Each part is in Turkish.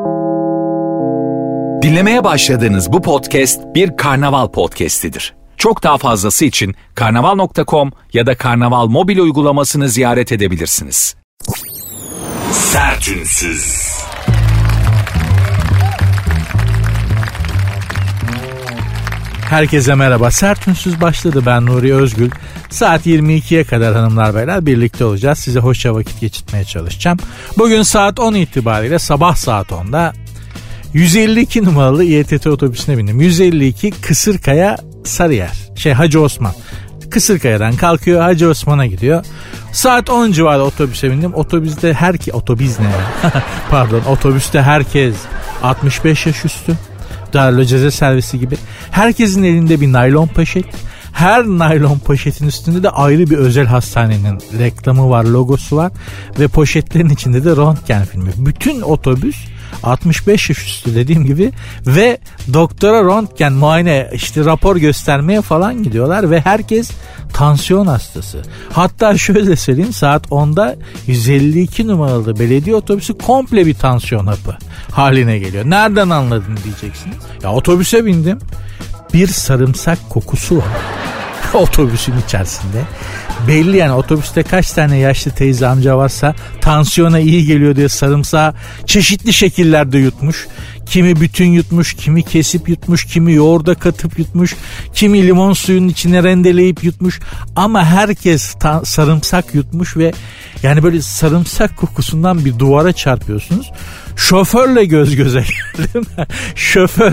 Dinlemeye başladığınız bu podcast bir Karnaval podcastidir. Çok daha fazlası için karnaval.com ya da Karnaval mobil uygulamasını ziyaret edebilirsiniz. Sertünsüz. Herkese merhaba. Sertünsüz başladı. Ben Nuri Özgül. Saat 22'ye kadar hanımlar beyler birlikte olacağız. Size hoşça vakit geçirmeye çalışacağım. Bugün saat 10 itibariyle sabah saat 10'da 152 numaralı İETT otobüsüne bindim. 152 Kısırkaya Sarıyer. Hacı Osman. Kısırkaya'dan kalkıyor, Hacı Osman'a gidiyor. Saat 10 civarı otobüse bindim. Otobüste otobüste herkes 65 yaş üstü. Darül Ceze servisi gibi. Herkesin elinde bir naylon poşet. Her naylon poşetin üstünde de ayrı bir özel hastanenin reklamı var, logosu var. Ve poşetlerin içinde de röntgen filmi. Bütün otobüs 65 yaş üstü dediğim gibi ve doktora röntgen, muayene, rapor göstermeye falan gidiyorlar ve herkes tansiyon hastası. Hatta şöyle söyleyeyim, saat 10'da 152 numaralı belediye otobüsü komple bir tansiyon hapı haline geliyor. Nereden anladın diyeceksiniz. Ya otobüse bindim, bir sarımsak kokusu var otobüsün içerisinde. Belli yani, otobüste kaç tane yaşlı teyze amca varsa tansiyona iyi geliyor diye sarımsağı çeşitli şekillerde yutmuş. Kimi bütün yutmuş, kimi kesip yutmuş, kimi yoğurda katıp yutmuş, kimi limon suyunun içine rendeleyip yutmuş. Ama herkes sarımsak yutmuş ve yani böyle sarımsak kokusundan bir duvara çarpıyorsunuz. Şoförle göz göze geldim. Şoför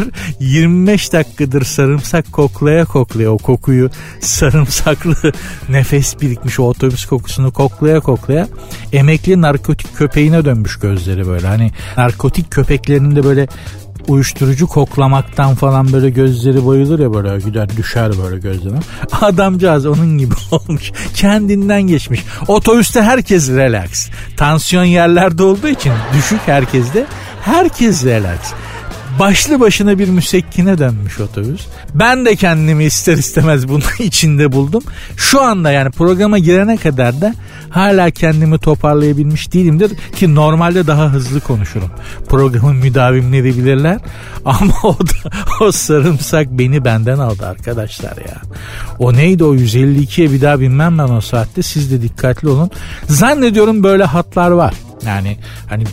25 dakikadır sarımsak koklaya o kokuyu, sarımsaklı nefes birikmiş o otobüs kokusunu koklaya emekli narkotik köpeğine dönmüş gözleri böyle. Hani narkotik köpeklerinin de böyle uyuşturucu koklamaktan falan böyle gözleri bayılır ya, böyle gider düşer böyle gözlerine. Adamcağız onun gibi olmuş. Kendinden geçmiş. Otobüste herkes relax. Tansiyon yerlerde olduğu için düşük herkeste. Herkes relax. Başlı başına bir müsekkine dönmüş otobüs. Ben de kendimi ister istemez bunun içinde buldum. Şu anda yani programa girene kadar da hala kendimi toparlayabilmiş değilimdir ki normalde daha hızlı konuşurum. Programın müdavimleri bilirler ama o sarımsak beni benden aldı arkadaşlar ya. O neydi, o 152'ye bir daha binmem ben o saatte, siz de dikkatli olun. Zannediyorum böyle hatlar var. Yani hani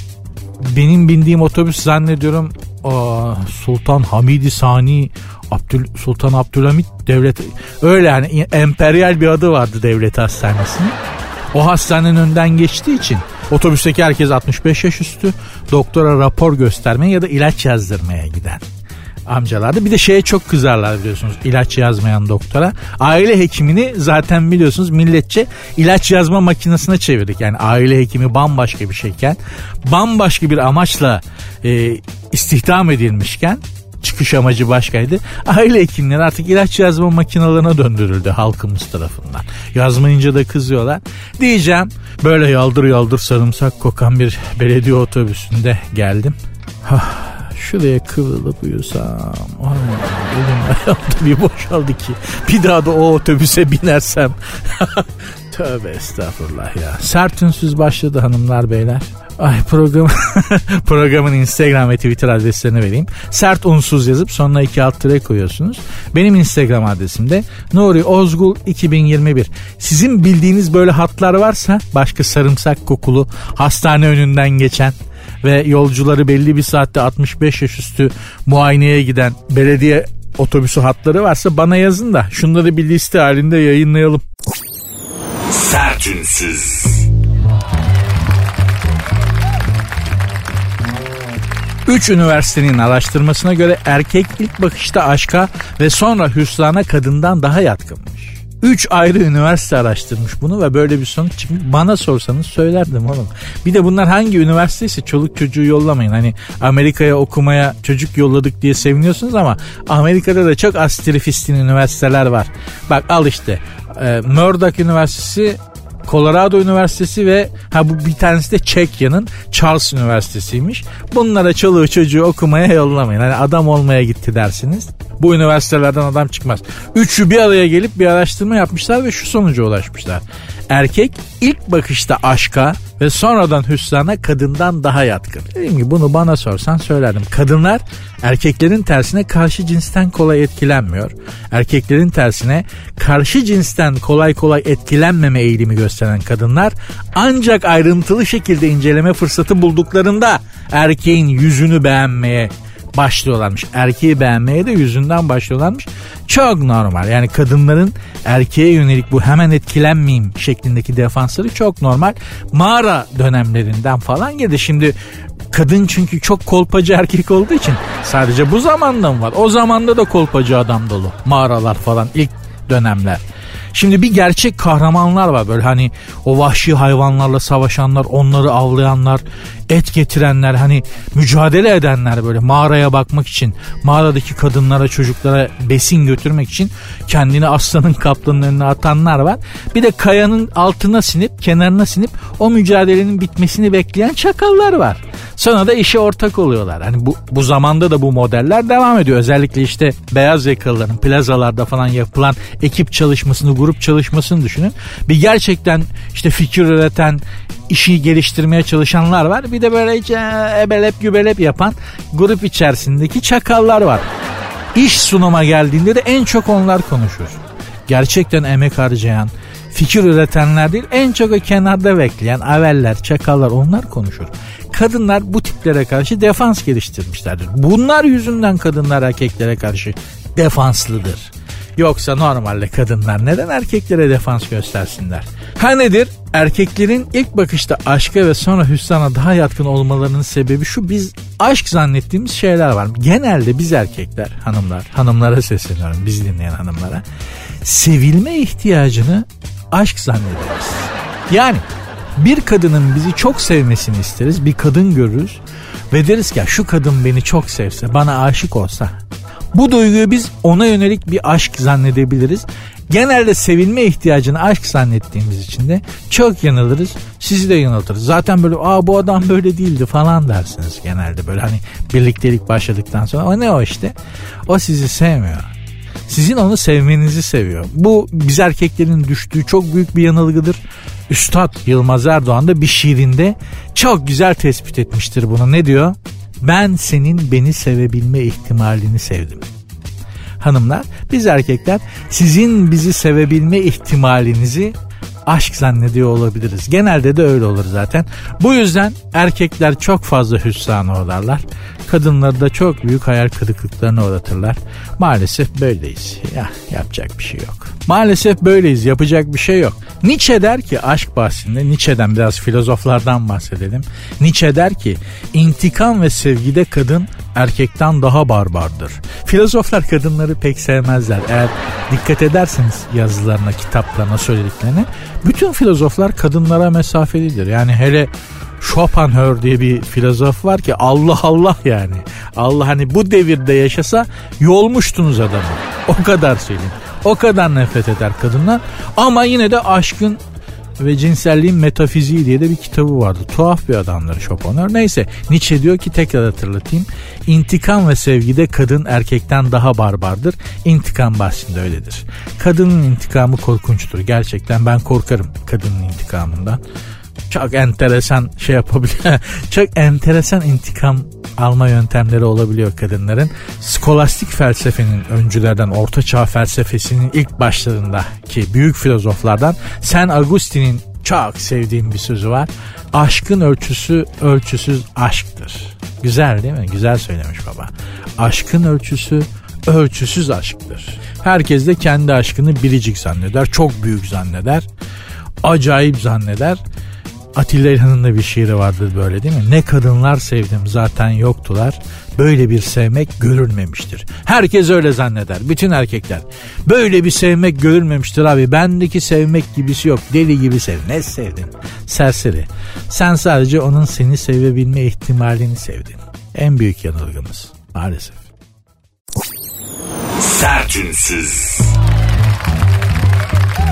benim bindiğim otobüs zannediyorum Sultan Hamidi Sani Sultan Abdülhamit Devlet, öyle yani emperyal bir adı vardı devlet hastanesinin. O hastanenin önden geçtiği için otobüsteki herkes 65 yaş üstü, doktora rapor göstermeye ya da ilaç yazdırmaya giden amcalardı. Bir de şeye çok kızarlar biliyorsunuz, ilaç yazmayan doktora. Aile hekimini zaten biliyorsunuz milletçe ilaç yazma makinesine çevirdik. Yani aile hekimi bambaşka bir şeyken, bambaşka bir amaçla istihdam edilmişken, çıkış amacı başkaydı. Aile hekimleri artık ilaç yazma makinelerine döndürüldü halkımız tarafından. Yazmayınca da kızıyorlar. Diyeceğim, böyle yaldır sarımsak kokan bir belediye otobüsünde geldim. Şuraya kıvrılıp uyusam, elim ayağımda bir boşaldı ki bir daha da o otobüse binersem. Tövbe estağfurullah ya. Sertünsüz başladı hanımlar beyler. Programın Instagram ve Twitter adreslerini vereyim. Sert unsuz yazıp sonuna 2 alt tire koyuyorsunuz. Benim Instagram adresim de Nuri Ozgul 2021. Sizin bildiğiniz böyle hatlar varsa, başka sarımsak kokulu, hastane önünden geçen ve yolcuları belli bir saatte 65 yaş üstü muayeneye giden belediye otobüsü hatları varsa bana yazın da şunları bir liste halinde yayınlayalım. Sertünsüz. Üç üniversitenin araştırmasına göre erkek ilk bakışta aşka ve sonra hüsrana kadından daha yatkınmış. 3 ayrı üniversite araştırmış bunu ve böyle bir sonuç çıkmış. Bana sorsanız söylerdim oğlum. Bir de bunlar hangi üniversiteyse çoluk çocuğu yollamayın. Hani Amerika'ya okumaya çocuk yolladık diye seviniyorsunuz ama Amerika'da da çok astrifistin üniversiteler var. Bak al işte Murdoch Üniversitesi, Colorado Üniversitesi ve bu bir tanesi de Çekya'nın Charles Üniversitesi'ymiş. Bunlara çoluğu çocuğu okumaya yollamayın. Hani adam olmaya gitti dersiniz. Bu üniversitelerden adam çıkmaz. Üçü bir araya gelip bir araştırma yapmışlar ve şu sonuca ulaşmışlar. Erkek ilk bakışta aşka ve sonradan hüsrana kadından daha yatkın. Dediğim gibi bunu bana sorsan söylerdim. Kadınlar erkeklerin tersine karşı cinsten kolay etkilenmiyor. Erkeklerin tersine karşı cinsten kolay kolay etkilenmeme eğilimi gösteren kadınlar ancak ayrıntılı şekilde inceleme fırsatı bulduklarında erkeğin yüzünü beğenmeye başlıyorlarmış. Erkeği beğenmeye de yüzünden başlıyorlarmış. Çok normal. Yani kadınların erkeğe yönelik bu hemen etkilenmeyeyim şeklindeki defansları çok normal. Mağara dönemlerinden falan geldi. Şimdi kadın çünkü çok kolpacı erkek olduğu için sadece bu zamanda mı var? O zamanda da kolpacı adam dolu. Mağaralar falan ilk dönemler. Şimdi bir gerçek kahramanlar var böyle hani o vahşi hayvanlarla savaşanlar, onları avlayanlar, et getirenler, hani mücadele edenler, böyle mağaraya bakmak için, mağaradaki kadınlara, çocuklara besin götürmek için kendini aslanın, kaplanın önüne atanlar var. Bir de kayanın altına sinip, kenarına sinip o mücadelenin bitmesini bekleyen çakallar var. Sonra da işe ortak oluyorlar. Hani bu zamanda da bu modeller devam ediyor. Özellikle işte beyaz yakalıların plazalarda falan yapılan ekip çalışmasını, grup çalışmasını düşünün. Bir gerçekten işte fikir üreten, işi geliştirmeye çalışanlar var. Bir de böyle hiç ebelep gübelep yapan grup içerisindeki çakallar var. İş sunuma geldiğinde de en çok onlar konuşur. Gerçekten emek harcayan, fikir üretenler değil, en çok o kenarda bekleyen aveller, çakallar, onlar konuşur. Kadınlar bu tiplere karşı defans geliştirmişlerdir. Bunlar yüzünden kadınlar erkeklere karşı defanslıdır. Yoksa normalde kadınlar neden erkeklere defans göstersinler? Ha nedir? Erkeklerin ilk bakışta aşka ve sonra hüsrana daha yatkın olmalarının sebebi şu: biz aşk zannettiğimiz şeyler var. Genelde biz erkekler, hanımlara sesleniyorum, biz dinleyen hanımlara, sevilme ihtiyacını aşk zannederiz. Yani bir kadının bizi çok sevmesini isteriz. Bir kadın görürüz ve deriz ki ya şu kadın beni çok sevse, bana aşık olsa. Bu duyguyu biz ona yönelik bir aşk zannedebiliriz. Genelde sevilme ihtiyacını aşk zannettiğimiz için de çok yanılırız. Sizi de yanıltırız. Zaten böyle bu adam böyle değildi falan dersiniz genelde. Böyle hani birliktelik başladıktan sonra. O ne o işte? O sizi sevmiyor. Sizin onu sevmenizi seviyor. Bu biz erkeklerin düştüğü çok büyük bir yanılgıdır. Üstad Yılmaz Erdoğan da bir şiirinde çok güzel tespit etmiştir bunu. Ne diyor? Ben senin beni sevebilme ihtimalini sevdim. Hanımlar, biz erkekler sizin bizi sevebilme ihtimalinizi aşk zannediyor olabiliriz. Genelde de öyle olur zaten. Bu yüzden erkekler çok fazla hüsrana uğrarlar. Kadınları da çok büyük hayal kırıklıklarına uğratırlar. Maalesef böyleyiz. Ya, yapacak bir şey yok. Maalesef böyleyiz. Yapacak bir şey yok. Nietzsche der ki aşk bahsinde, Nietzsche'den biraz filozoflardan bahsedelim. Nietzsche der ki intikam ve sevgide kadın erkekten daha barbardır. Filozoflar kadınları pek sevmezler. Eğer dikkat ederseniz yazılarına, kitaplarına, söylediklerine, bütün filozoflar kadınlara mesafelidir. Yani hele Schopenhauer diye bir filozof var ki Allah yani. Allah hani bu devirde yaşasa yolmuştunuz adamı. O kadar söyleyeyim. O kadar nefret eder kadınlar. Ama yine de aşkın ve cinselliğin metafiziği diye de bir kitabı vardı. Tuhaf bir adamdır Schopenhauer. Neyse, Nietzsche diyor ki, tekrar hatırlatayım. İntikam ve sevgide kadın erkekten daha barbardır. İntikam bahsinde öyledir. Kadının intikamı korkunçtur. Gerçekten ben korkarım kadının intikamından. Çok enteresan şey yapabiliyor. Çok enteresan intikam alma yöntemleri olabiliyor kadınların. Skolastik felsefenin öncülerden, ortaçağ felsefesinin ilk başlarındaki büyük filozoflardan Saint Augustine'in çok sevdiğim bir sözü var. Aşkın ölçüsü ölçüsüz aşktır. Güzel değil mi? Güzel söylemiş baba. Aşkın ölçüsü ölçüsüz aşktır. Herkes de kendi aşkını biricik zanneder, çok büyük zanneder, acayip zanneder. Atilla İlhan'ın da bir şiiri vardır böyle, değil mi? Ne kadınlar sevdim zaten yoktular. Böyle bir sevmek görülmemiştir. Herkes öyle zanneder. Bütün erkekler. Böyle bir sevmek görülmemiştir abi. Bendeki sevmek gibisi yok. Deli gibi sev. Ne sevdin? Serseri. Sen sadece onun seni sevebilme ihtimalini sevdin. En büyük yanılgımız. Maalesef. Sertünsüz.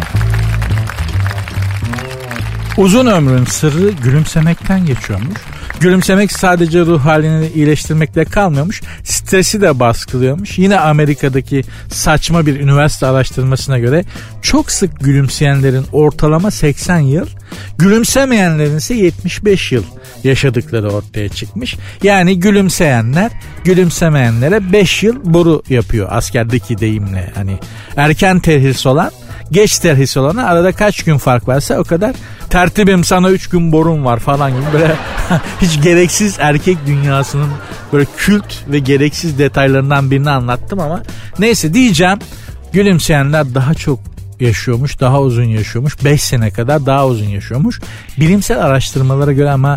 Uzun ömrün sırrı gülümsemekten geçiyormuş. Gülümsemek sadece ruh halini iyileştirmekle kalmıyormuş. Stresi de baskılıyormuş. Yine Amerika'daki saçma bir üniversite araştırmasına göre çok sık gülümseyenlerin ortalama 80 yıl, gülümsemeyenlerin ise 75 yıl yaşadıkları ortaya çıkmış. Yani gülümseyenler gülümsemeyenlere 5 yıl boru yapıyor askerdeki deyimle. Hani erken terhis olan geç terhis olana arada kaç gün fark varsa o kadar. Tertibim sana 3 gün borun var falan gibi böyle hiç gereksiz erkek dünyasının böyle kült ve gereksiz detaylarından birini anlattım ama neyse diyeceğim, gülümseyenler daha çok yaşıyormuş, daha uzun yaşıyormuş, 5 sene kadar daha uzun yaşıyormuş. Bilimsel araştırmalara göre ama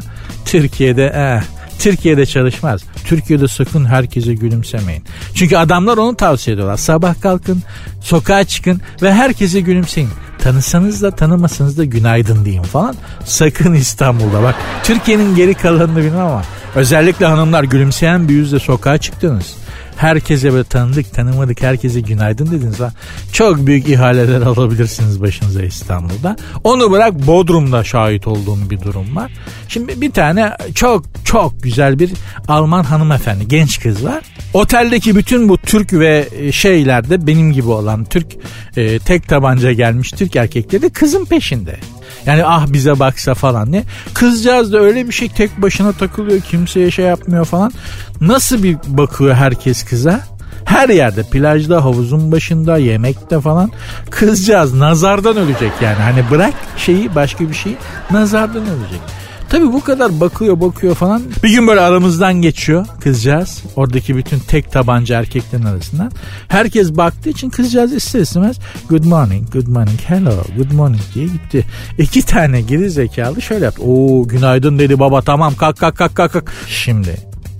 Türkiye'de çalışmaz. Türkiye'de sakın herkese gülümsemeyin. Çünkü adamlar onu tavsiye ediyorlar. Sabah kalkın, sokağa çıkın ve herkese gülümseyin. Tanısanız da tanımasanız da günaydın deyin falan. Sakın İstanbul'da bak. Türkiye'nin geri kalanını bilmem ama özellikle hanımlar gülümseyen bir yüzle sokağa çıktınız. Herkese böyle tanıdık tanımadık herkese günaydın dediniz ha. Çok büyük ihaleler alabilirsiniz başınıza İstanbul'da. Onu bırak, Bodrum'da şahit olduğum bir durum var. Şimdi bir tane çok güzel bir Alman hanımefendi, genç kız var. Oteldeki bütün bu Türk ve şeylerde benim gibi olan Türk tek tabanca gelmiş Türk erkekleri de kızın peşinde. Yani ah bize baksa falan ne. Kızcağız da öyle bir şey, tek başına takılıyor, kimseye şey yapmıyor falan. Nasıl bir bakıyor herkes kıza? Her yerde, plajda, havuzun başında, yemekte falan. Kızcağız nazardan ölecek yani. Hani bırak şeyi, başka bir şeyi, nazardan ölecek. Tabii bu kadar bakıyor falan. Bir gün böyle aramızdan geçiyor kızcağız. Oradaki bütün tek tabanca erkeklerin arasından. Herkes baktığı için kızcağız ister istemez good morning, hello, good morning diye gitti. 2 tane geri zekalı şöyle yaptı. Oo günaydın dedi baba, tamam kalk. Şimdi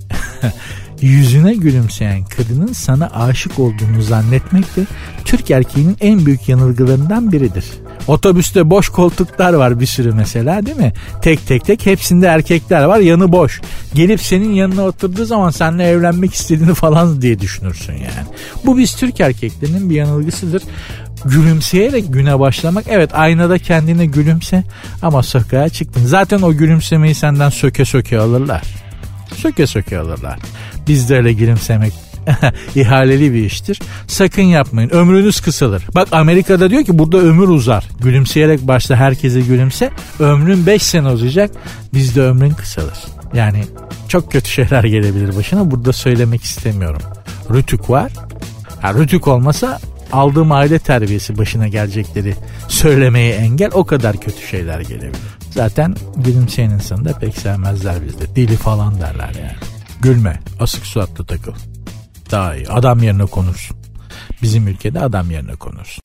yüzüne gülümseyen kadının sana aşık olduğunu zannetmek de Türk erkeğinin en büyük yanılgılarından biridir. Otobüste boş koltuklar var bir sürü mesela, değil mi? Tek hepsinde erkekler var, yanı boş. Gelip senin yanına oturduğu zaman seninle evlenmek istediğini falan diye düşünürsün yani. Bu biz Türk erkeklerinin bir yanılgısıdır. Gülümseyerek güne başlamak, evet aynada kendine gülümse ama sokağa çıktın. Zaten o gülümsemeyi senden söke alırlar. Söke alırlar. Bizde öyle gülümsemek ihaleli bir iştir. Sakın yapmayın. Ömrünüz kısalır. Bak Amerika'da diyor ki burada ömür uzar. Gülümseyerek başla, herkese gülümse. Ömrün 5 sene uzayacak. Bizde ömrün kısalır. Yani çok kötü şeyler gelebilir başına. Burada söylemek istemiyorum. Rütük var. Rütük olmasa aldığım aile terbiyesi başına gelecekleri söylemeye engel, o kadar kötü şeyler gelebilir. Zaten gülümseyen insanı da pek sevmezler bizde. Dili falan derler yani. Gülme, asık suratlı takıl. Daha iyi. Adam yerine konursun. Bizim ülkede adam yerine konursun.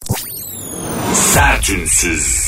Sertünsüz.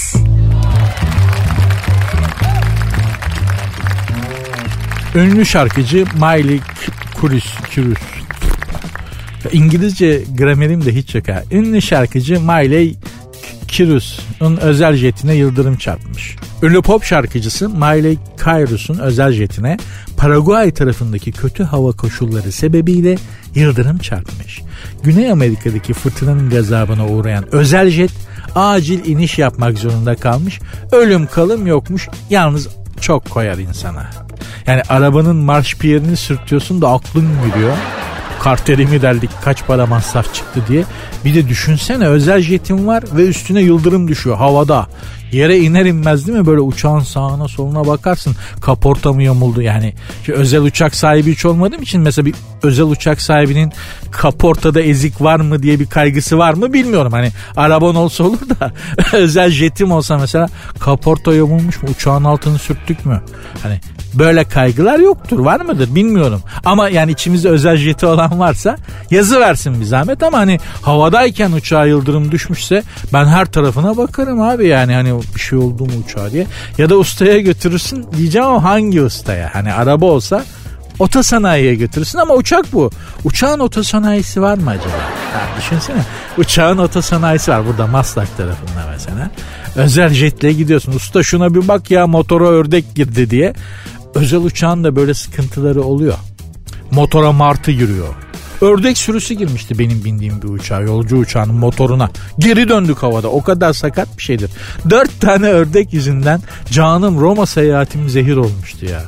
Ünlü şarkıcı Miley Cyrus. İngilizce gramerim de hiç yok ha. Ünlü şarkıcı Miley Cyrus'un özel jetine yıldırım çarpmış. Ünlü pop şarkıcısı Miley Cyrus'un özel jetine Paraguay tarafındaki kötü hava koşulları sebebiyle yıldırım çarpmış. Güney Amerika'daki fırtınanın gazabına uğrayan özel jet acil iniş yapmak zorunda kalmış. Ölüm kalım yokmuş. Yalnız çok koyar insana. Yani arabanın marş piyerini sürtüyorsun da aklın gidiyor. Karterimi deldik, kaç para masraf çıktı diye. Bir de düşünsene, özel jetin var ve üstüne yıldırım düşüyor havada. Yere iner inmez değil mi? Böyle uçağın sağına soluna bakarsın. Kaporta mı yamuldu? Yani özel uçak sahibi hiç olmadığım için mesela bir özel uçak sahibinin kaportada ezik var mı diye bir kaygısı var mı bilmiyorum. Hani araban olsa olur da özel jetim olsa mesela kaporta yamulmuş mu? Uçağın altını sürttük mü? Hani böyle kaygılar yoktur. Var mıdır bilmiyorum. Ama yani içimizde özel jeti olan varsa yazıversin bir zahmet, ama hani havadayken uçağa yıldırım düşmüşse ben her tarafına bakarım abi, yani hani bir şey oldu mu uçağa diye. Ya da ustaya götürürsün diyeceğim ama hangi ustaya? Hani araba olsa otosanayiye götürürsün ama uçak bu. Uçağın otosanayisi var mı acaba? Düşünsene, uçağın otosanayisi var burada Maslak tarafında mesela. Özel jetle gidiyorsun. Usta şuna bir bak ya, motora ördek girdi diye. Özel uçağın da böyle sıkıntıları oluyor. Motora martı giriyor. Ördek sürüsü girmişti benim bindiğim bir uçağa, yolcu uçağının motoruna. Geri döndük havada. O kadar sakat bir şeydir. 4 tane ördek yüzünden canım Roma seyahatim zehir olmuştu ya.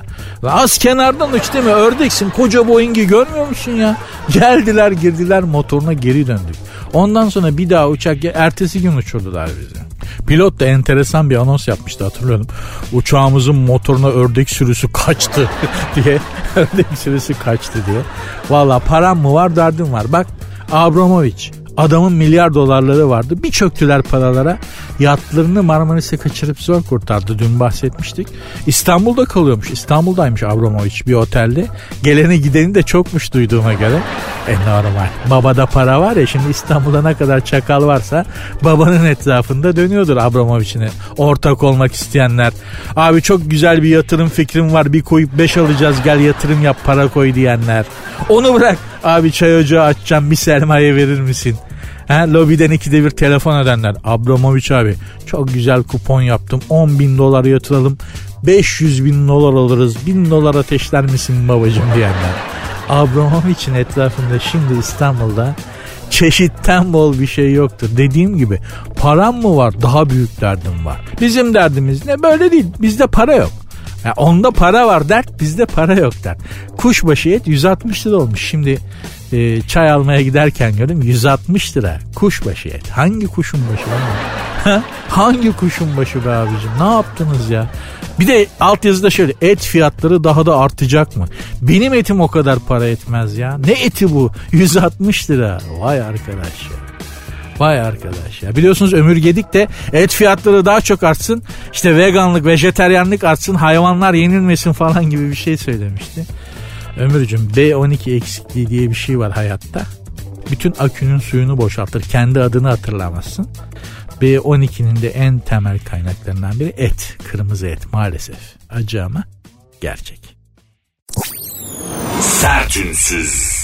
Az kenardan uç değil mi? Ördeksin, koca Boeing'i görmüyor musun ya? Geldiler girdiler, motoruna geri döndük. Ondan sonra bir daha uçak, ertesi gün uçurdular bizi. Pilot da enteresan bir anons yapmıştı, hatırlıyorum. Uçağımızın motoruna ördek sürüsü kaçtı diye. Ördek sürüsü kaçtı diye. Valla param mı var, derdim var. Bak Abramovich, adamın milyar dolarları vardı. Bir çöktüler paralara. Yatlarını Marmaris'e kaçırıp zor kurtardı. Dün bahsetmiştik. İstanbul'da kalıyormuş. İstanbul'daymış Abramovich bir otelde. Geleni gideni de çokmuş duyduğuma göre. Normal. Babada para var ya, şimdi İstanbul'da ne kadar çakal varsa babanın etrafında dönüyordur Abramovich'ine. Ortak olmak isteyenler. Abi çok güzel bir yatırım fikrim var. Bir koyup 5 alacağız, gel yatırım yap, para koy diyenler. Onu bırak. Abi çay ocağı açacağım, bir sermaye verir misin? Lobiden 2'de bir telefon edenler. Abramovich abi çok güzel kupon yaptım, 10.000 dolar yatıralım, 500.000 dolar alırız, 1.000 dolar ateşler misin babacığım diyenler. Abramovich'in etrafında şimdi İstanbul'da çeşitten bol bir şey yoktur. Dediğim gibi param mı var, daha büyük derdim var. Bizim derdimiz ne? Böyle değil, bizde para yok. Yani onda para var dert, bizde para yok dert. Kuşbaşı et 160 lira olmuş. Şimdi çay almaya giderken gördüm 160 lira kuşbaşı et. Hangi kuşun başı var mı? Hangi kuşun başı be abicim? Ne yaptınız ya? Bir de altyazıda şöyle, et fiyatları daha da artacak mı? Benim etim o kadar para etmez ya. Ne eti bu? 160 lira. Vay arkadaş ya. Vay arkadaş ya. Biliyorsunuz Ömür Gedik de et fiyatları daha çok artsın, İşte veganlık, vejeteryanlık artsın, hayvanlar yenilmesin falan gibi bir şey söylemişti. Ömürcüğüm, B12 eksikliği diye bir şey var hayatta. Bütün akünün suyunu boşaltır. Kendi adını hatırlamazsın. B12'nin de en temel kaynaklarından biri et. Kırmızı et maalesef. Acı ama gerçek. Sertünsüz.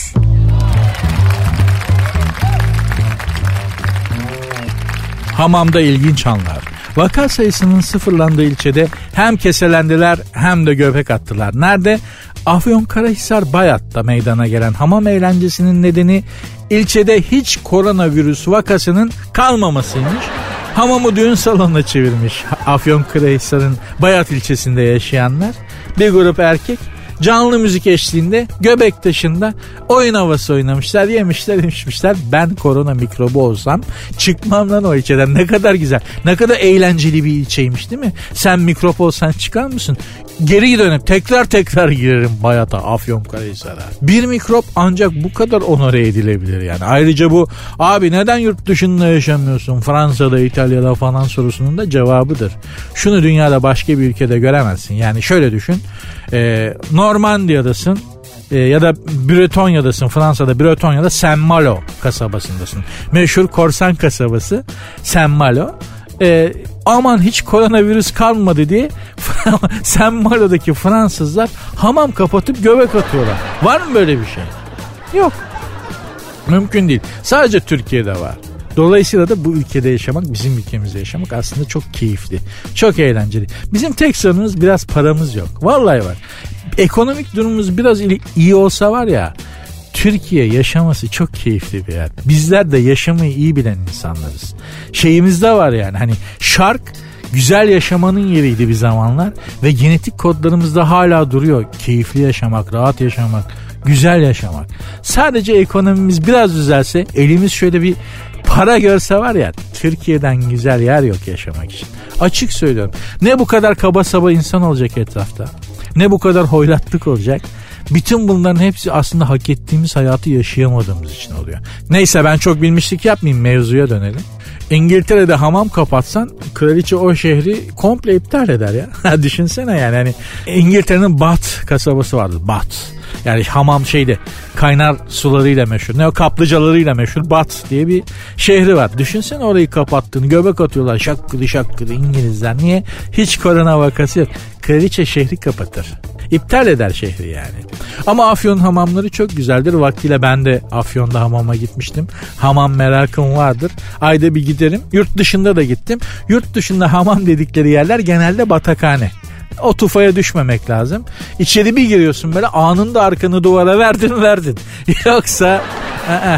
Hamamda ilginç anlar. Vaka sayısının sıfırlandığı ilçede hem keselendiler hem de göbek attılar. Nerede? Afyonkarahisar Bayat'ta meydana gelen hamam eğlencesinin nedeni ilçede hiç koronavirüs vakasının kalmamasıymış. Hamamı düğün salonuna çevirmiş Afyonkarahisar'ın Bayat ilçesinde yaşayanlar. Bir grup erkek canlı müzik eşliğinde Göbektaşı'nda oyun havası oynamışlar, yemişler, içmişler. Ben korona mikrobu olsam çıkmam lan o ilçeden. Ne kadar güzel, ne kadar eğlenceli bir ilçeymiş değil mi? Sen mikrop olsan çıkar mısın? Geri dönüp tekrar girerim Bayat'a, Afyonkarahisar'a. Bir mikrop ancak bu kadar onore edilebilir yani. Ayrıca bu abi neden yurt dışında yaşamıyorsun, Fransa'da, İtalya'da falan sorusunun da cevabıdır. Şunu dünyada başka bir ülkede göremezsin. Yani şöyle düşün. Normandiya'dasın ya da Bretonya'dasın, Fransa'da Bretonya'da Saint-Malo kasabasındasın. Meşhur korsan kasabası Saint-Malo. Aman hiç koronavirüs kalmadı diye Saint-Malo'daki Fransızlar hamam kapatıp göbek atıyorlar. Var mı böyle bir şey? Yok. Mümkün değil. Sadece Türkiye'de var. Dolayısıyla da bu ülkede yaşamak, bizim ülkemizde yaşamak aslında çok keyifli. Çok eğlenceli. Bizim tek sorunumuz biraz paramız yok. Vallahi var. Ekonomik durumumuz biraz iyi olsa var ya, Türkiye yaşaması çok keyifli bir yer. Bizler de yaşamayı iyi bilen insanlarız. Şeyimizde var yani, hani şark güzel yaşamanın yeriydi bir zamanlar ve genetik kodlarımızda hala duruyor. Keyifli yaşamak, rahat yaşamak, güzel yaşamak. Sadece ekonomimiz biraz düzelse, elimiz şöyle bir para görse var ya, Türkiye'den güzel yer yok yaşamak için. Açık söylüyorum. Ne bu kadar kaba saba insan olacak etrafta, ne bu kadar hoyratlık olacak. Bütün bunların hepsi aslında hak ettiğimiz hayatı yaşayamadığımız için oluyor. Neyse, ben çok bilmişlik yapmayayım, mevzuya dönelim. İngiltere'de hamam kapatsan kraliçe o şehri komple iptal eder ya. Düşünsene yani, hani İngiltere'nin Bath kasabası vardı. Bath. Yani hamam şeyde kaynar sularıyla meşhur. Ne o kaplıcalarıyla meşhur Bath diye bir şehri var. Düşünsene orayı kapattığını, göbek atıyorlar şakkıdı İngilizler. Niye? Hiç korona vakası yok. Kraliçe şehri kapatır. İptal eder şehri yani. Ama Afyon hamamları çok güzeldir. Vaktiyle ben de Afyon'da hamama gitmiştim. Hamam merakım vardır. Ayda bir giderim. Yurt dışında da gittim. Yurt dışında hamam dedikleri yerler genelde batakhane. O tufaya düşmemek lazım. İçeri bir giriyorsun böyle, anında arkanı duvara verdin. Yoksa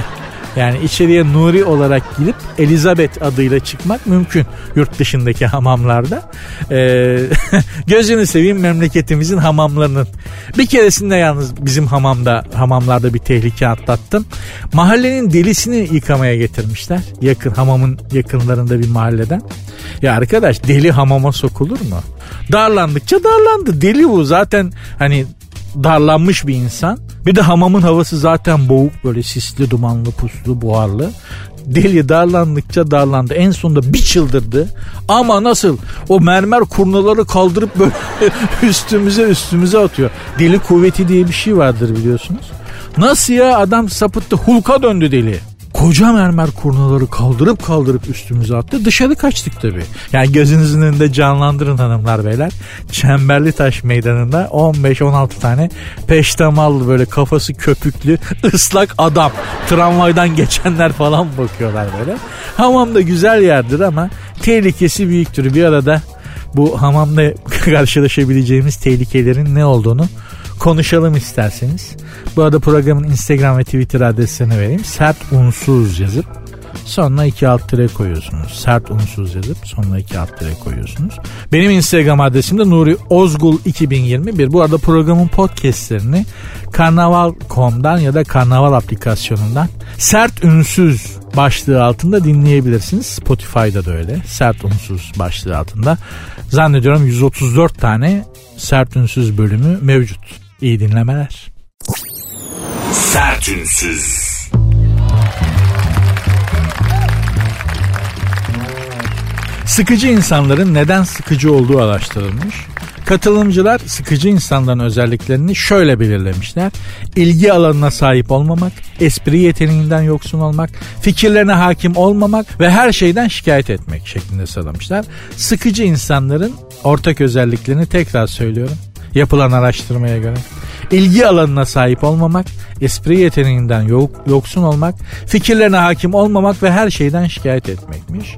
Yani içeriye Nuri olarak girip Elizabeth adıyla çıkmak mümkün yurt dışındaki hamamlarda. Gözünü seveyim memleketimizin hamamlarının. Bir keresinde yalnız bizim hamamlarda bir tehlike atlattım. Mahallenin delisini yıkamaya getirmişler. Hamamın yakınlarında bir mahalleden. Ya arkadaş, deli hamama sokulur mu? Darlandıkça darlandı. Deli bu zaten, hani darlanmış bir insan. Bir de hamamın havası zaten boğuk, böyle sisli, dumanlı, puslu, buharlı. Deli darlandıkça darlandı. En sonunda bir çıldırdı. Ama nasıl? O mermer kurnaları kaldırıp böyle üstümüze atıyor. Deli kuvveti diye bir şey vardır biliyorsunuz. Nasıl ya? Adam sapıttı. Hulk'a döndü deli. Koca mermer kurnaları kaldırıp üstümüze attı. Dışarı kaçtık tabii. Yani gözünüzün önünde canlandırın hanımlar beyler. Çemberlitaş meydanında 15-16 tane peştemallı, böyle kafası köpüklü ıslak adam. Tramvaydan geçenler falan bakıyorlar böyle. Hamam da güzel yerdir ama tehlikesi büyüktür. Bir arada bu hamamda karşılaşabileceğimiz tehlikelerin ne olduğunu konuşalım isterseniz. Bu arada programın Instagram ve Twitter adreslerini vereyim. Sert unsuz yazıp sonuna 2 alt tire koyuyorsunuz. Sert unsuz yazıp sonuna 2 alt tire koyuyorsunuz. Benim Instagram adresim de Nuri Ozgul 2021. Bu arada programın podcastlerini Karnaval.com'dan ya da Karnaval aplikasyonundan Sert Ünsüz başlığı altında dinleyebilirsiniz. Spotify'da da öyle. Sert Unsuz başlığı altında. Zannediyorum 134 tane Sert Ünsüz bölümü mevcut. İyi dinlemeler. Sert Ünsüz. Sıkıcı insanların neden sıkıcı olduğu araştırılmış. Katılımcılar sıkıcı insanların özelliklerini şöyle belirlemişler. İlgi alanına sahip olmamak, espri yeteneğinden yoksun olmak, fikirlerine hakim olmamak ve her şeyden şikayet etmek şeklinde sıralamışlar. Sıkıcı insanların ortak özelliklerini tekrar söylüyorum. Yapılan araştırmaya göre. İlgi alanına sahip olmamak, espri yeteneğinden yoksun olmak, fikirlerine hakim olmamak ve her şeyden şikayet etmekmiş.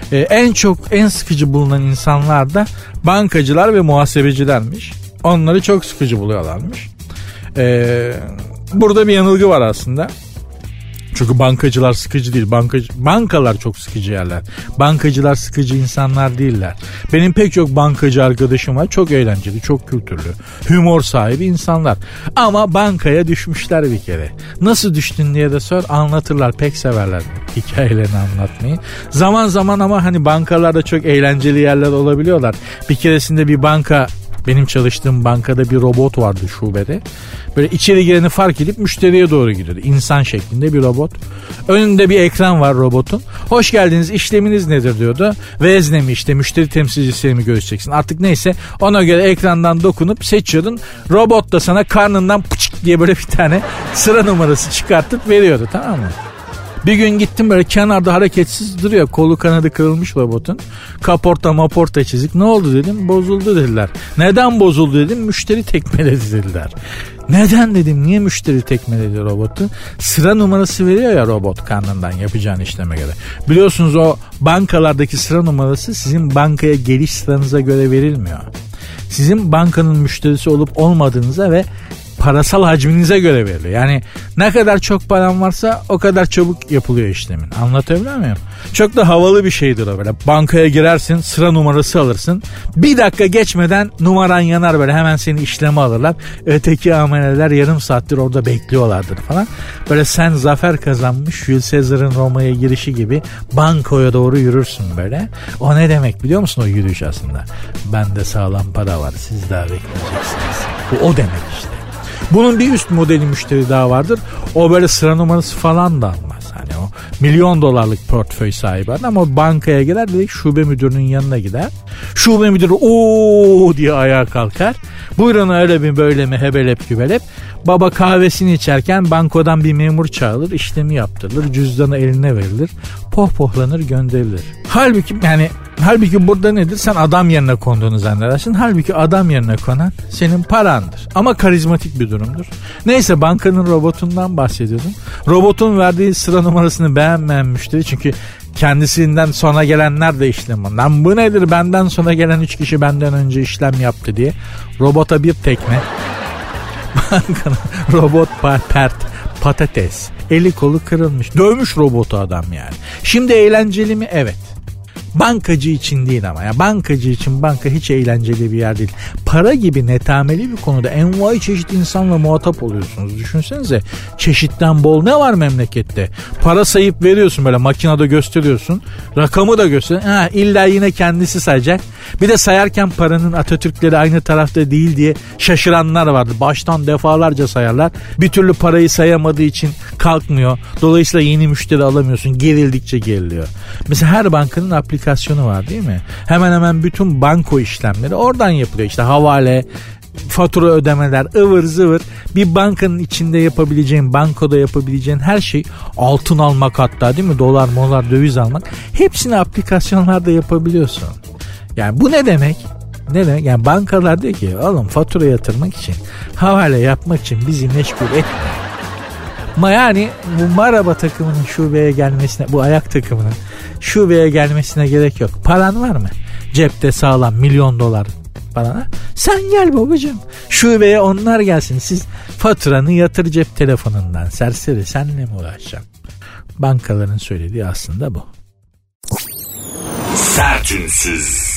En sıkıcı bulunan insanlar da bankacılar ve muhasebecilermiş. Onları çok sıkıcı buluyorlarmış. Burada bir yanılgı var aslında. Çünkü bankacılar sıkıcı değil. Bankalar çok sıkıcı yerler. Bankacılar sıkıcı insanlar değiller. Benim pek çok bankacı arkadaşım var. Çok eğlenceli, çok kültürlü, humor sahibi insanlar. Ama bankaya düşmüşler bir kere. Nasıl düştün diye de sor, anlatırlar. Pek severler hikayelerini anlatmayı. Zaman zaman ama hani bankalarda çok eğlenceli yerler olabiliyorlar. Bir keresinde benim çalıştığım bankada bir robot vardı şubede. Böyle içeri gireni fark edip müşteriye doğru gidiyordu. İnsan şeklinde bir robot. Önünde bir ekran var robotun. Hoş geldiniz, işleminiz nedir diyordu. Vezne mi, işte müşteri temsilcisiyle mi görüşeceksin? Artık neyse, ona göre ekrandan dokunup seçiyordun. Robot da sana karnından pıçık diye böyle bir tane sıra numarası çıkartıp veriyordu, tamam mı? Bir gün gittim, böyle kenarda hareketsiz duruyor. Kolu kanadı kırılmış robotun. Kaporta çizik. Ne oldu dedim. Bozuldu dediler. Neden bozuldu dedim. Müşteri tekmeledi dediler. Neden dedim. Niye müşteri tekmeledi robotu? Sıra numarası veriyor ya robot karnından yapacağın işleme göre. Biliyorsunuz o bankalardaki sıra numarası sizin bankaya geliş sıranıza göre verilmiyor. Sizin bankanın müşterisi olup olmadığınıza ve parasal hacminize göre veriliyor. Yani ne kadar çok paran varsa o kadar çabuk yapılıyor işlemin. Anlatabiliyor muyum? Çok da havalı bir şeydir o böyle. Bankaya girersin, sıra numarası alırsın. Bir dakika geçmeden numaran yanar, böyle hemen seni işleme alırlar. Öteki ameleler yarım saattir orada bekliyorlardır falan. Böyle sen zafer kazanmış Jules Caesar'ın Roma'ya girişi gibi bankoya doğru yürürsün böyle. O ne demek biliyor musun o yürüyüş aslında? Bende sağlam para var, siz daha bekleyeceksiniz. Bu o demek işte. Bunun bir üst modeli müşteri daha vardır. O böyle sıra numarası falan da almaz. Hani o $1.000.000 portföy sahibi adam o bankaya gider, direkt şube müdürünün yanına gider. Şube müdürü ooo diye ayağa kalkar. Buyurun öyle mi böyle mi, hebelep gübelep. Baba kahvesini içerken bankodan bir memur çağırılır, işlemi yaptırılır, cüzdanı eline verilir, pohpohlanır, gönderilir. Halbuki burada nedir? Sen adam yerine konduğunu zannedersin. Halbuki adam yerine konan senin parandır. Ama karizmatik bir durumdur. Neyse, bankanın robotundan bahsediyordum. Robotun verdiği sıra numarasını beğenmeyen müşteri, çünkü kendisinden sonra gelenler de işlem var. Lan bu nedir? Benden sonra gelen 3 kişi benden önce işlem yaptı diye robota bir tekme. Bankanın robot patates. Eli kolu kırılmış. Dövmüş robotu adam yani. Şimdi eğlenceli mi? Evet. Bankacı için değil ama ya, bankacı için banka hiç eğlenceli bir yer değil. Para gibi netameli bir konuda envai çeşit insanla muhatap oluyorsunuz. Düşünsenize, çeşitten bol ne var memlekette? Para sayıp veriyorsun, böyle makinede gösteriyorsun. Rakamı da göster. İlla yine kendisi sayacak. Bir de sayarken paranın Atatürkleri aynı tarafta değil diye şaşıranlar vardı. Baştan defalarca sayarlar. Bir türlü parayı sayamadığı için kalkmıyor. Dolayısıyla yeni müşteri alamıyorsun. Gerildikçe geriliyor. Mesela her bankanın aplikasyonu var değil mi? Hemen hemen bütün banko işlemleri oradan yapılıyor. İşte havale, fatura ödemeler, ıvır zıvır. Bir bankanın içinde yapabileceğin, bankoda yapabileceğin her şey, altın almak hatta değil mi? Dolar, molar, döviz almak. Hepsini aplikasyonlarda yapabiliyorsun. Yani bu ne demek? Ne demek? Yani bankalar diyor ki oğlum, fatura yatırmak için, havale yapmak için bizi meşgul etme. Ama yani bu Maraba takımının şubeye gelmesine, bu ayak takımının şubeye gelmesine gerek yok. Paran var mı? Cepte sağlam milyon dolar parana. Sen gel babacığım. Şubeye onlar gelsin. Siz faturanı yatır cep telefonundan. Serseri, senle mi uğraşacağım? Bankaların söylediği aslında bu. Sertünsüz.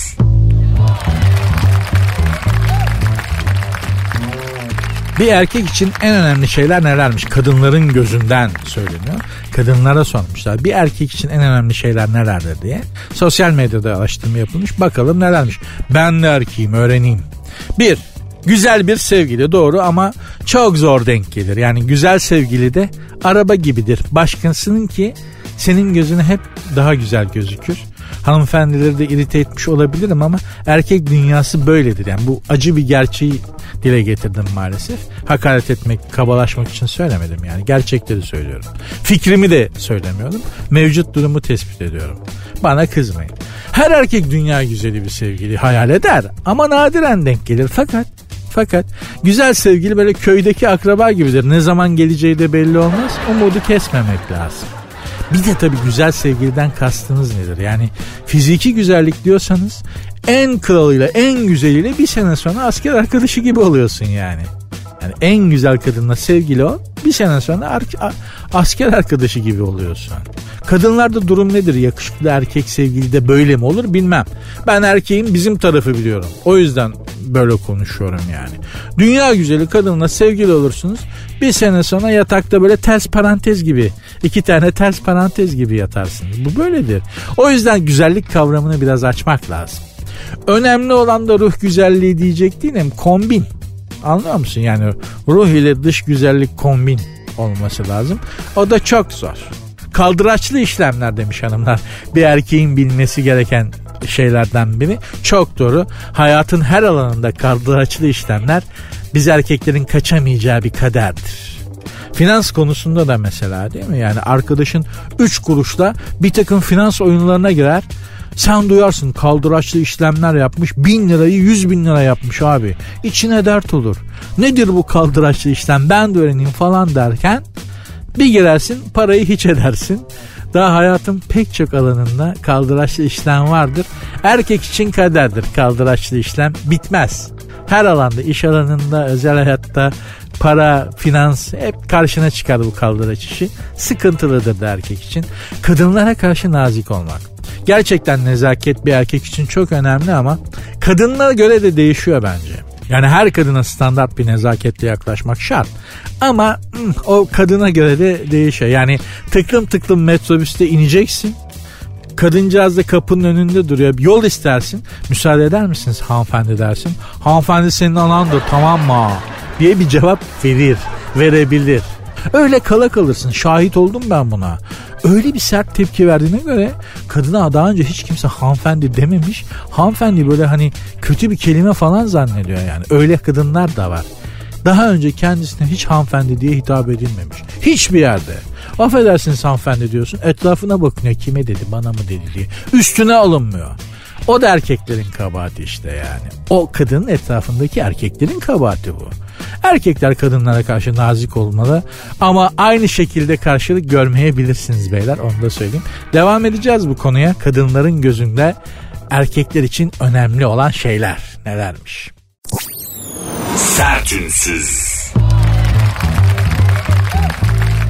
Bir erkek için en önemli şeyler nelermiş? Kadınların gözünden söyleniyor. Kadınlara sormuşlar. Bir erkek için en önemli şeyler nelerdir diye. Sosyal medyada araştırma yapılmış. Bakalım nelermiş. Ben de erkeğim, öğreneyim. 1. Güzel bir sevgili, doğru, ama çok zor denk gelir. Yani güzel sevgili de araba gibidir. Başkasının ki senin gözüne hep daha güzel gözükür. Hanımefendileri de irite etmiş olabilirim ama erkek dünyası böyledir. Yani bu acı bir gerçeği dile getirdim maalesef. Hakaret etmek, kabalaşmak için söylemedim yani. Gerçekleri söylüyorum. Fikrimi de söylemiyorum. Mevcut durumu tespit ediyorum. Bana kızmayın. Her erkek dünya güzeli bir sevgili hayal eder ama nadiren denk gelir. Fakat güzel sevgili böyle köydeki akraba gibidir. Ne zaman geleceği de belli olmaz. Umudu kesmemek lazım. Bir de tabii güzel sevgiliden kastınız nedir? Yani fiziki güzellik diyorsanız en kralıyla, en güzeliyle bir sene sonra asker arkadaşı gibi oluyorsun yani. Yani en güzel kadınla sevgili ol, bir sene sonra asker arkadaşı gibi oluyorsun. Kadınlarda durum nedir? Yakışıklı erkek sevgili de böyle mi olur bilmem. Ben erkeğin bizim tarafı biliyorum. O yüzden böyle konuşuyorum yani. Dünya güzeli kadınla sevgili olursunuz. Bir sene sonra yatakta böyle ters parantez gibi, 2 tane ters parantez gibi yatarsınız. Bu böyledir. O yüzden güzellik kavramını biraz açmak lazım. Önemli olan da ruh güzelliği diyecek değilim. Kombin. Anlıyor musun? Yani ruh ile dış güzellik kombin olması lazım. O da çok zor. Kaldıraçlı işlemler demiş hanımlar. Bir erkeğin bilmesi gereken şeylerden biri. Çok doğru. Hayatın her alanında kaldıraçlı işlemler biz erkeklerin kaçamayacağı bir kaderdir. Finans konusunda da mesela değil mi? Yani arkadaşın 3 kuruşla bir takım finans oyunlarına girer. Sen duyarsın kaldıraçlı işlemler yapmış, 1000 lirayı 100.000 lira yapmış abi. İçine dert olur. Nedir bu kaldıraçlı işlem, ben de öğreneyim falan derken bir girersin, parayı hiç edersin. Daha hayatın pek çok alanında kaldıraçlı işlem vardır. Erkek için kaderdir kaldıraçlı işlem, bitmez. Her alanda, iş alanında, özel hayatta, para, finans hep karşına çıkar bu kaldıraç işi. Sıkıntılıdır da erkek için. Kadınlara karşı nazik olmak. Gerçekten nezaket bir erkek için çok önemli ama kadınlara göre de değişiyor bence. Yani her kadına standart bir nezaketle yaklaşmak şart. Ama o kadına göre de değişiyor. Yani tıklım tıklım metrobüste ineceksin. Kadıncağız da kapının önünde duruyor. Yol istersin. Müsaade eder misiniz hanımefendi dersin. Hanımefendi senin alandır, tamam mı diye bir cevap verebilir. Öyle kala kalırsın. Şahit oldum ben buna. Öyle bir sert tepki verdiğine göre kadına daha önce hiç kimse hanımefendi dememiş. Hanımefendi böyle hani kötü bir kelime falan zannediyor yani. Öyle kadınlar da var. Daha önce kendisine hiç hanımefendi diye hitap edilmemiş. Hiçbir yerde. Affedersiniz hanımefendi diyorsun. Etrafına bakın, kime dedi, bana mı dedi diye. Üstüne alınmıyor. O da erkeklerin kabahati işte yani. O kadının etrafındaki erkeklerin kabahati bu. Erkekler kadınlara karşı nazik olmalı ama aynı şekilde karşılık görmeyebilirsiniz beyler, onu da söyleyeyim. Devam edeceğiz bu konuya. Kadınların gözünde erkekler için önemli olan şeyler nelermiş? Sertünsüz.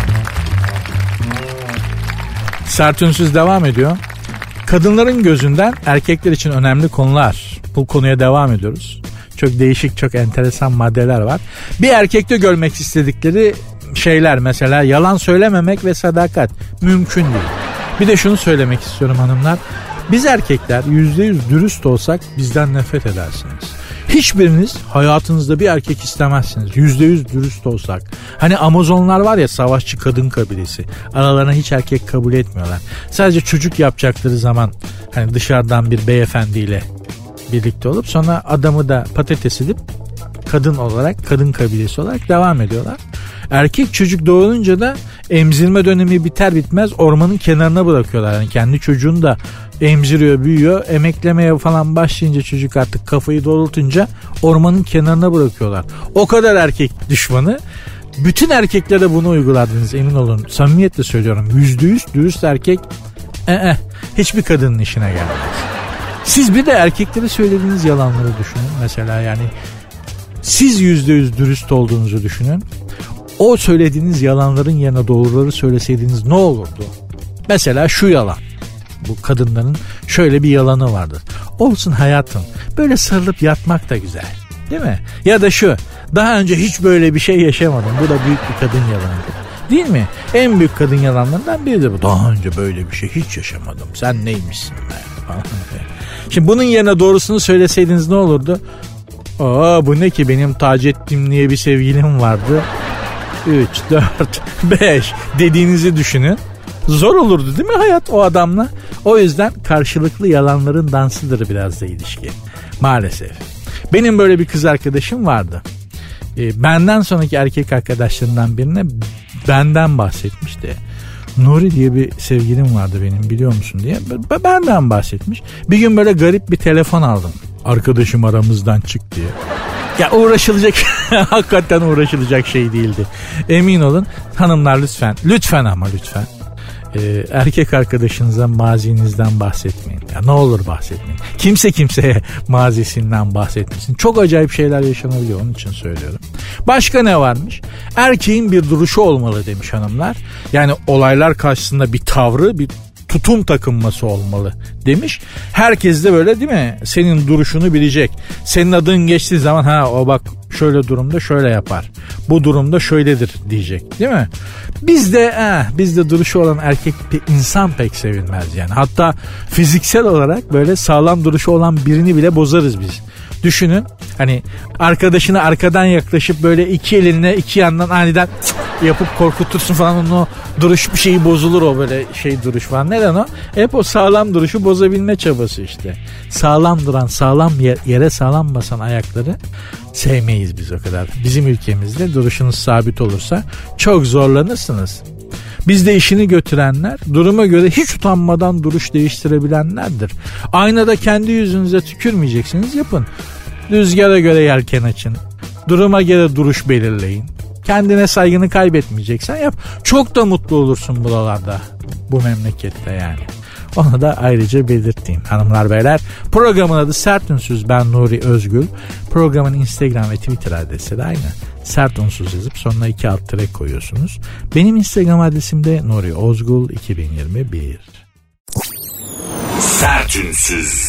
Sert Ünsüz devam ediyor. Kadınların gözünden erkekler için önemli konular. Bu konuya devam ediyoruz. Çok değişik, çok enteresan maddeler var. Bir erkekte görmek istedikleri şeyler, mesela yalan söylememek ve sadakat mümkün değil. Bir de şunu söylemek istiyorum hanımlar. Biz erkekler %100 dürüst olsak bizden nefret edersiniz. Hiçbiriniz hayatınızda bir erkek istemezsiniz. %100 dürüst olsak. Hani Amazonlar var ya, savaşçı kadın kabilesi. Aralarına hiç erkek kabul etmiyorlar. Sadece çocuk yapacakları zaman hani dışarıdan bir beyefendiyle birlikte olup sonra adamı da patates edip kadın olarak, kadın kabilesi olarak devam ediyorlar. Erkek çocuk doğurunca da emzirme dönemi biter bitmez ormanın kenarına bırakıyorlar. Yani kendi çocuğunu da emziriyor, büyüyor. Emeklemeye falan başlayınca çocuk artık kafayı doğrultunca ormanın kenarına bırakıyorlar. O kadar erkek düşmanı. Bütün erkeklere bunu uyguladınız, emin olun. Samimiyetle söylüyorum. %100 dürüst erkek hiçbir kadının işine gelmez. Siz bir de erkeklere söylediğiniz yalanları düşünün. Mesela yani siz %100 dürüst olduğunuzu düşünün. O söylediğiniz yalanların yerine doğruları söyleseydiniz ne olurdu? Mesela şu yalan. Bu kadınların şöyle bir yalanı vardır. Olsun hayatım, böyle sarılıp yatmak da güzel. Değil mi? Ya da şu, daha önce hiç böyle bir şey yaşamadım. Bu da büyük bir kadın yalanıdır. Değil mi? En büyük kadın yalanlarından biri de bu. Daha önce böyle bir şey hiç yaşamadım. Sen neymişsin be? Şimdi bunun yerine doğrusunu söyleseydiniz ne olurdu? Bu ne ki, benim Taceddin diye bir sevgilim vardı. 3, 4, 5 dediğinizi düşünün. Zor olurdu değil mi hayat o adamla? O yüzden karşılıklı yalanların dansıdır biraz da ilişki. Maalesef. Benim böyle bir kız arkadaşım vardı. Benden sonraki erkek arkadaşlarından birine benden bahsetmişti. Nuri diye bir sevgilim vardı benim, biliyor musun diye. Benden bahsetmiş. Bir gün böyle garip bir telefon aldım. Arkadaşım aramızdan çık diye. Ya uğraşılacak, hakikaten uğraşılacak şey değildi. Emin olun hanımlar, lütfen ama lütfen. Erkek arkadaşınıza mazinizden bahsetmeyin. Ya ne olur bahsetmeyin. Kimse kimseye mazisinden bahsetmesin. Çok acayip şeyler yaşanabiliyor, onun için söylüyorum. Başka ne varmış? Erkeğin bir duruşu olmalı demiş hanımlar. Yani olaylar karşısında bir tavrı, bir tutum takınması olmalı demiş. Herkes de böyle değil mi? Senin duruşunu bilecek. Senin adın geçtiği zaman o bak şöyle durumda şöyle yapar. Bu durumda şöyledir diyecek. Değil mi? Bizde duruşu olan erkek insan pek sevilmez yani. Hatta fiziksel olarak böyle sağlam duruşu olan birini bile bozarız biz. Düşünün, hani arkadaşına arkadan yaklaşıp böyle iki elinle iki yandan aniden yapıp korkutursun falan, onun o duruş bir şeyi bozulur, o böyle duruş falan. Neden o? Hep o sağlam duruşu bozabilme çabası işte. Sağlam duran, sağlam yere sağlam basan ayakları sevmeyiz biz o kadar. Bizim ülkemizde duruşunuz sabit olursa çok zorlanırsınız. Bizde işini götürenler duruma göre hiç utanmadan duruş değiştirebilenlerdir. Aynada kendi yüzünüze tükürmeyeceksiniz, yapın. Rüzgara göre yelken açın. Duruma göre duruş belirleyin. Kendine saygını kaybetmeyeceksen yap. Çok da mutlu olursun buralarda, bu memlekette yani. Onu da ayrıca belirteyim hanımlar beyler. Programın adı Sert Ünsüz, ben Nuri Özgül. Programın Instagram ve Twitter adresi de aynı. Sert Ünsüz yazıp sonuna 2 alt tire koyuyorsunuz. Benim Instagram adresim de Nuri Özgül 2021. Sert Ünsüz.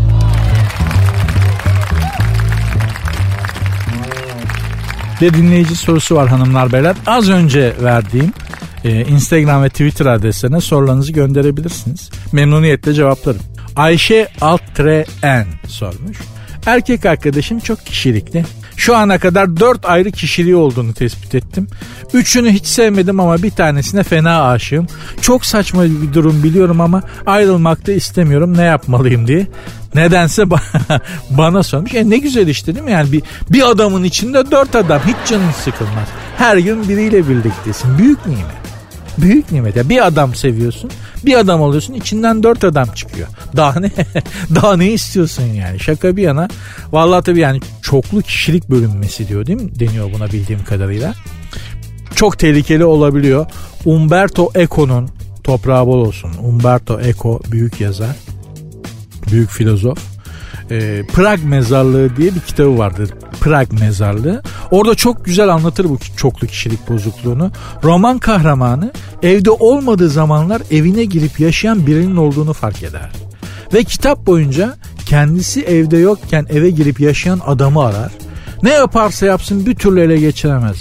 Bir dinleyici sorusu var hanımlar beyler. Az önce verdiğim Instagram ve Twitter adreslerine sorularınızı gönderebilirsiniz. Memnuniyetle cevaplarım. Ayşe N sormuş. Erkek arkadaşım çok kişilikli. Şu ana kadar 4 ayrı kişiliği olduğunu tespit ettim. 3'ünü hiç sevmedim ama bir tanesine fena aşığım. Çok saçma bir durum biliyorum ama ayrılmak da istemiyorum, ne yapmalıyım diye. Nedense bana sormuş. Ne güzel işte değil mi? Yani bir adamın içinde 4 adam, hiç canın sıkılmaz. Her gün biriyle birliktesin. Büyük nimet. Büyük nimet. Ya bir adam seviyorsun, bir adam oluyorsun, içinden 4 adam çıkıyor. Daha ne istiyorsun yani? Şaka bir yana. Vallahi tabii yani çoklu kişilik bölünmesi diyor değil mi? Deniyor buna bildiğim kadarıyla. Çok tehlikeli olabiliyor. Umberto Eco'nun, toprağı bol olsun, Umberto Eco büyük yazar, büyük filozof. Prag Mezarlığı diye bir kitabı vardır. Prag mezarlığı. Orada çok güzel anlatır bu çoklu kişilik bozukluğunu. Roman kahramanı evde olmadığı zamanlar evine girip yaşayan birinin olduğunu fark eder. Ve kitap boyunca kendisi evde yokken eve girip yaşayan adamı arar. Ne yaparsa yapsın bir türlü ele geçiremez.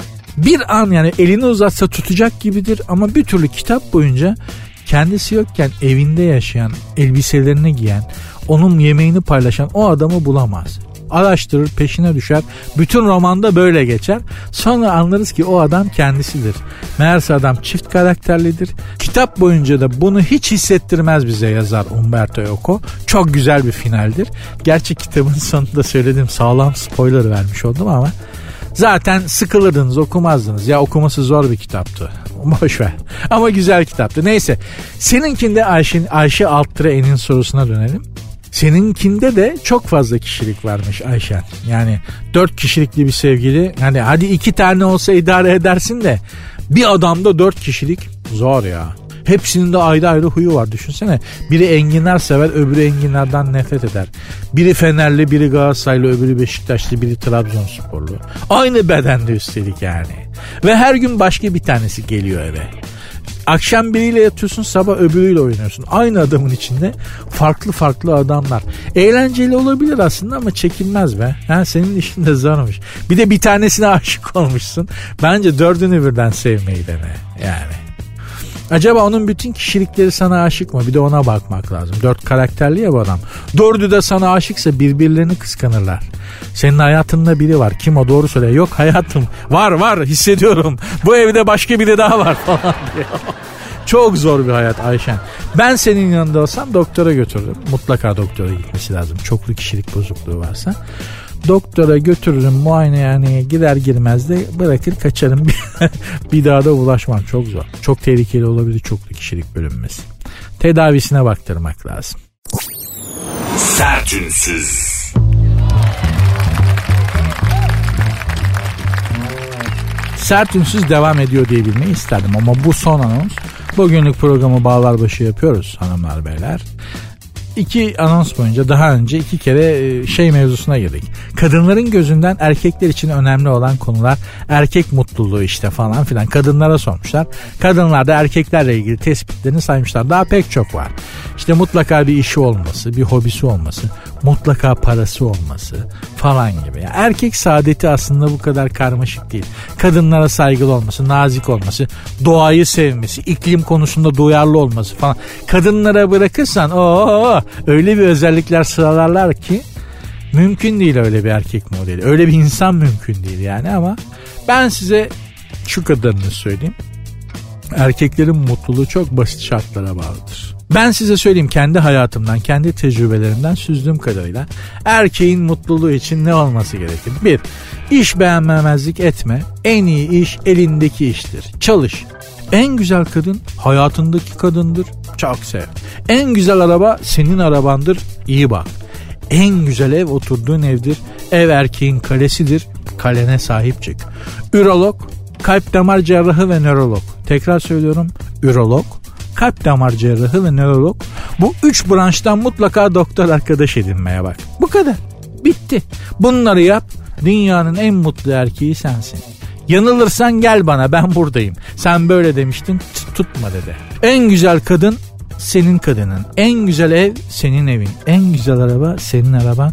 Bir an yani elini uzatsa tutacak gibidir ama bir türlü kitap boyunca kendisi yokken evinde yaşayan, elbiselerini giyen, onun yemeğini paylaşan o adamı bulamaz. Araştırır, peşine düşer. Bütün romanda böyle geçer. Sonra anlarız ki o adam kendisidir. Meğerse adam çift karakterlidir. Kitap boyunca da bunu hiç hissettirmez bize yazar Umberto Eco. Çok güzel bir finaldir. Gerçi kitabın sonunda söylediğim sağlam spoiler vermiş oldum ama zaten sıkılırdınız, okumazdınız. Ya okuması zor bir kitaptı. Boş ver. Ama güzel kitaptı. Neyse. Seninkinde Ayşe Altıre'nin sorusuna dönelim. Seninkinde de çok fazla kişilik varmış Ayşen. Yani 4 kişilikli bir sevgili. Hani hadi 2 tane olsa idare edersin de bir adamda 4 kişilik zor ya. Hepsinin de ayrı ayrı huyu var, düşünsene. Biri enginar sever, öbürü enginardan nefret eder. Biri Fenerli, biri Galatasaraylı, öbürü Beşiktaşlı, biri Trabzonsporlu. Aynı bedende üstelik yani. Ve her gün başka bir tanesi geliyor eve. Akşam biriyle yatıyorsun, sabah öbürüyle oynuyorsun. Aynı adamın içinde farklı farklı adamlar. Eğlenceli olabilir aslında ama çekilmez be. Ha, senin işin de zormuş. Bir de bir tanesine aşık olmuşsun. Bence 4'ünü birden sevmeyi dene yani. Acaba onun bütün kişilikleri sana aşık mı? Bir de ona bakmak lazım. 4 karakterli ya bu adam. 4'ü de sana aşıksa birbirlerini kıskanırlar. Senin hayatında biri var. Kim o? Doğru söyle. Yok hayatım. Var hissediyorum. Bu evde başka biri daha var falan diyor. Çok zor bir hayat Ayşen. Ben senin yanında olsam doktora götürürüm. Mutlaka doktora gitmesi lazım. Çoklu kişilik bozukluğu varsa. Doktora götürürüm, muayenehaneye girer girmez de bırakır kaçarım. Bir daha da ulaşmam, çok zor. Çok tehlikeli olabilir çoklu kişilik bölünmesi. Tedavisine baktırmak lazım. Sertünsüz. Sertünsüz devam ediyor diye bilmeyi isterdim ama bu son anons. Bugünlük programı bağlar başı yapıyoruz hanımlar beyler. 2 anons boyunca daha önce 2 kere mevzusuna girdik. Kadınların gözünden erkekler için önemli olan konular, erkek mutluluğu işte falan filan. Kadınlara sormuşlar. Kadınlar da erkeklerle ilgili tespitlerini saymışlar. Daha pek çok var. İşte mutlaka bir işi olması, bir hobisi olması, mutlaka parası olması falan gibi. Yani erkek saadeti aslında bu kadar karmaşık değil. Kadınlara saygılı olması, nazik olması, doğayı sevmesi, iklim konusunda duyarlı olması falan. Kadınlara bırakırsan öyle bir özellikler sıralarlar ki mümkün değil öyle bir erkek modeli. Öyle bir insan mümkün değil yani ama ben size şu kadarını söyleyeyim. Erkeklerin mutluluğu çok basit şartlara bağlıdır. Ben size söyleyeyim, kendi hayatımdan, kendi tecrübelerimden süzdüğüm kadarıyla erkeğin mutluluğu için ne olması gerekir? 1. İş beğenmemezlik etme. En iyi iş elindeki iştir. Çalış. En güzel kadın hayatındaki kadındır. Çok sev. En güzel araba senin arabandır. İyi bak. En güzel ev oturduğun evdir. Ev erkeğin kalesidir. Kalene sahip çık. Ürolog, kalp damar cerrahı ve nörolog. Tekrar söylüyorum. Ürolog, kalp damar cerrahı ve nörolog. Bu 3 branştan mutlaka doktor arkadaş edinmeye bak. Bu kadar. Bitti. Bunları yap. Dünyanın en mutlu erkeği sensin. Yanılırsan gel bana, ben buradayım. Sen böyle demiştin, tutma dedi. En güzel kadın senin kadının. En güzel ev senin evin. En güzel araba senin araban.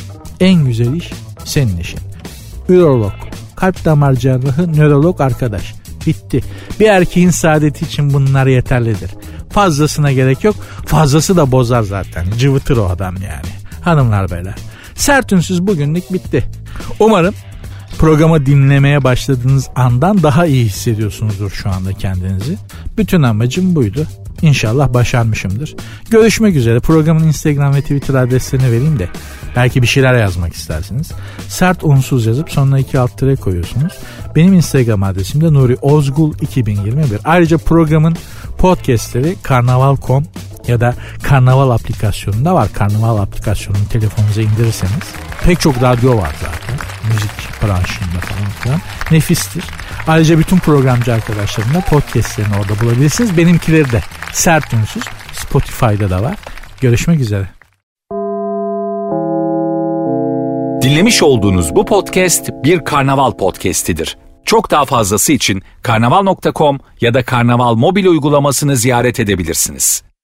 En güzel iş senin işin. Ürolog, kalp damar cerrahı, nörolog arkadaş. Bitti. Bir erkeğin saadeti için bunlar yeterlidir. Fazlasına gerek yok. Fazlası da bozar zaten. Cıvıtır o adam yani. Hanımlar beyler. Sertünsüz bugünlük bitti. Umarım programı dinlemeye başladığınız andan daha iyi hissediyorsunuzdur şu anda kendinizi. Bütün amacım buydu. İnşallah başarmışımdır. Görüşmek üzere. Programın Instagram ve Twitter adreslerini vereyim de belki bir şeyler yazmak istersiniz. Sert unsuz yazıp sonuna 2 alt tire koyuyorsunuz. Benim Instagram adresim de Nuri Ozgul 2021. Ayrıca programın podcastleri Karnaval.com ya da Karnaval aplikasyonunda var. Karnaval aplikasyonunu telefonunuza indirirseniz pek çok radyo var zaten. Müzik branşında falan filan. Nefistir. Ayrıca bütün programcı arkadaşlarım da podcastlerini orada bulabilirsiniz. Benimkileri de Sert Unsuz Spotify'da da var. Görüşmek üzere. Dinlemiş olduğunuz bu podcast bir Karnaval podcastidir. Çok daha fazlası için karnaval.com ya da Karnaval mobil uygulamasını ziyaret edebilirsiniz.